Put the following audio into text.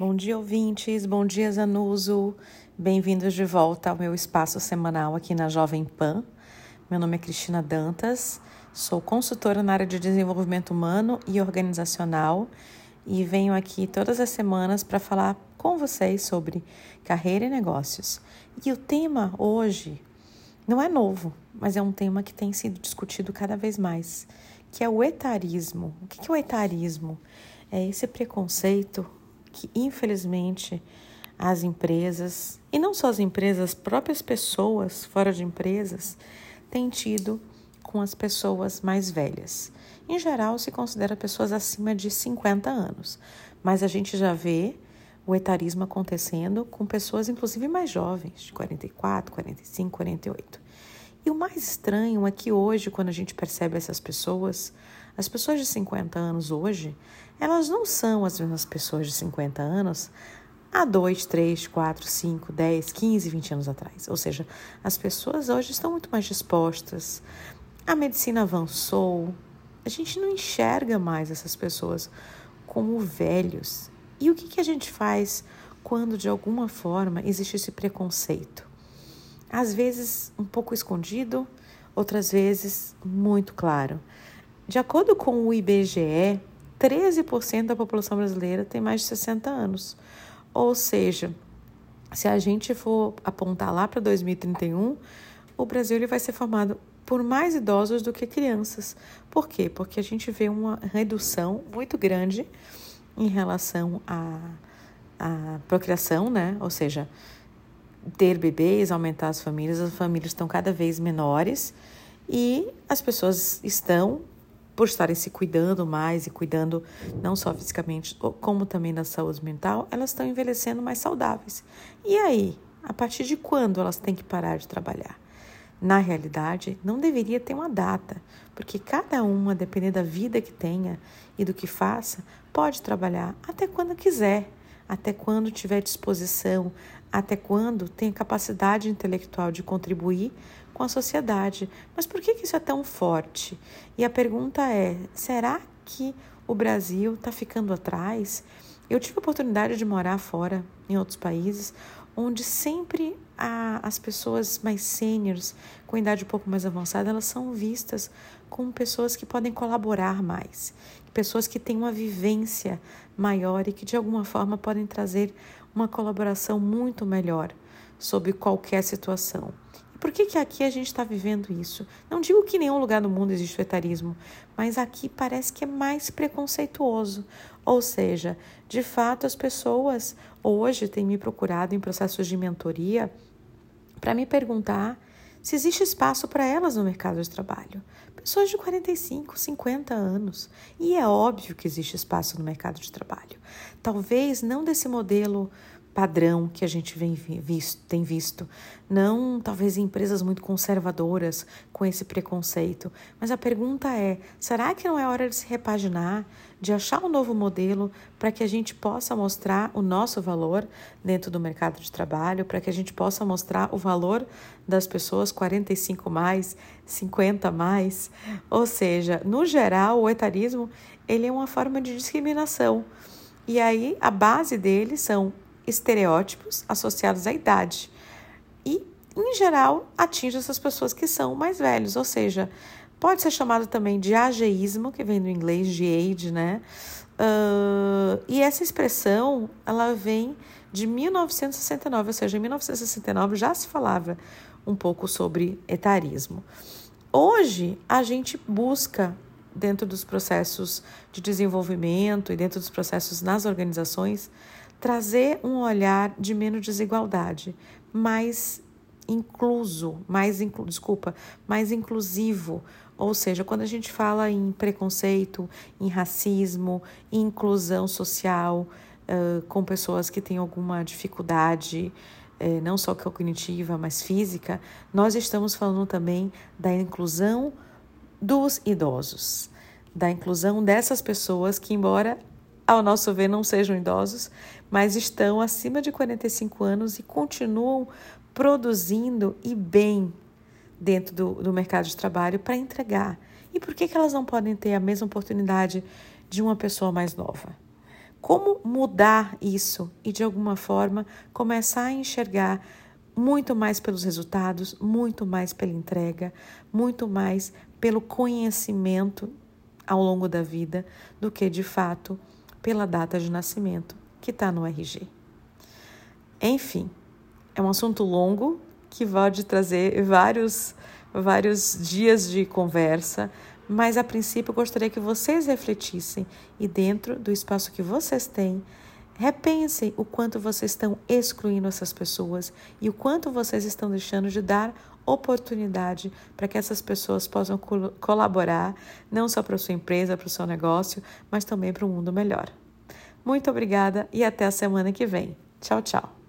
Bom dia, ouvintes. Bom dia, Zanuso. Bem-vindos de volta ao meu espaço semanal aqui na Jovem Pan. Meu nome é Cristina Dantas, sou consultora na área de desenvolvimento humano e organizacional e venho aqui todas as semanas para falar com vocês sobre carreira e negócios. E o tema hoje não é novo, mas é um tema que tem sido discutido cada vez mais, que é o etarismo. O que é o etarismo? É esse preconceito que, infelizmente, as empresas, e não só as empresas, as próprias pessoas fora de empresas, têm tido com as pessoas mais velhas. Em geral, se considera pessoas acima de 50 anos, mas a gente já vê o etarismo acontecendo com pessoas, inclusive, mais jovens, de 44, 45, 48. E o mais estranho é que hoje, quando a gente percebe essas pessoas, as pessoas de 50 anos hoje, elas não são as mesmas pessoas de 50 anos há 2, 3, 4, 5, 10, 15, 20 anos atrás. Ou seja, as pessoas hoje estão muito mais dispostas, a medicina avançou, a gente não enxerga mais essas pessoas como velhos. E o que a gente faz quando, de alguma forma, existe esse preconceito? Às vezes um pouco escondido, outras vezes muito claro. De acordo com o IBGE, 13% da população brasileira tem mais de 60 anos. Ou seja, se a gente for apontar lá para 2031, o Brasil ele vai ser formado por mais idosos do que crianças. Por quê? Porque a gente vê uma redução muito grande em relação à procriação, né? Ou seja, ter bebês, aumentar as famílias estão cada vez menores e as pessoas estão, por estarem se cuidando mais e cuidando não só fisicamente, como também da saúde mental, elas estão envelhecendo mais saudáveis. E aí, a partir de quando elas têm que parar de trabalhar? Na realidade, não deveria ter uma data, porque cada uma, dependendo da vida que tenha e do que faça, pode trabalhar até quando quiser, até quando tiver disposição, até quando tem capacidade intelectual de contribuir com a sociedade. Mas por que isso é tão forte? E a pergunta é, será que o Brasil está ficando atrás? Eu tive a oportunidade de morar fora, em outros países, onde sempre as pessoas mais sêniores, com idade um pouco mais avançada, elas são vistas como pessoas que podem colaborar mais, pessoas que têm uma vivência maior e que de alguma forma podem trazer uma colaboração muito melhor sobre qualquer situação. E por que aqui a gente está vivendo isso? Não digo que em nenhum lugar do mundo existe o etarismo, mas aqui parece que é mais preconceituoso. Ou seja, de fato as pessoas hoje têm me procurado em processos de mentoria para me perguntar se existe espaço para elas no mercado de trabalho. Pessoas de 45, 50 anos. E é óbvio que existe espaço no mercado de trabalho. Talvez não desse modelo padrão que a gente tem visto. Não, talvez, em empresas muito conservadoras com esse preconceito. Mas a pergunta é, será que não é hora de se repaginar, de achar um novo modelo para que a gente possa mostrar o nosso valor dentro do mercado de trabalho, para que a gente possa mostrar o valor das pessoas 45 mais, 50 mais? Ou seja, no geral, o etarismo ele é uma forma de discriminação. E aí, a base dele são estereótipos associados à idade e, em geral, atinge essas pessoas que são mais velhos, ou seja, pode ser chamado também de ageísmo, que vem do inglês de age, né? E essa expressão, ela vem de 1969, ou seja, em 1969 já se falava um pouco sobre etarismo. Hoje, a gente busca, dentro dos processos de desenvolvimento e dentro dos processos nas organizações, trazer um olhar de menos desigualdade, mais inclusivo. Ou seja, quando a gente fala em preconceito, em racismo, em inclusão social, com pessoas que têm alguma dificuldade, não só cognitiva, mas física, nós estamos falando também da inclusão dos idosos, da inclusão dessas pessoas que, embora ao nosso ver não sejam idosos, mas estão acima de 45 anos e continuam produzindo e bem dentro do mercado de trabalho para entregar. E por que elas não podem ter a mesma oportunidade de uma pessoa mais nova? Como mudar isso e, de alguma forma, começar a enxergar muito mais pelos resultados, muito mais pela entrega, muito mais pelo conhecimento ao longo da vida do que, de fato, pela data de nascimento que está no RG. Enfim, é um assunto longo que pode trazer vários dias de conversa, mas a princípio eu gostaria que vocês refletissem e dentro do espaço que vocês têm, repensem o quanto vocês estão excluindo essas pessoas e o quanto vocês estão deixando de dar oportunidade para que essas pessoas possam colaborar, não só para a sua empresa, para o seu negócio, mas também para um mundo melhor. Muito obrigada e até a semana que vem. Tchau, tchau.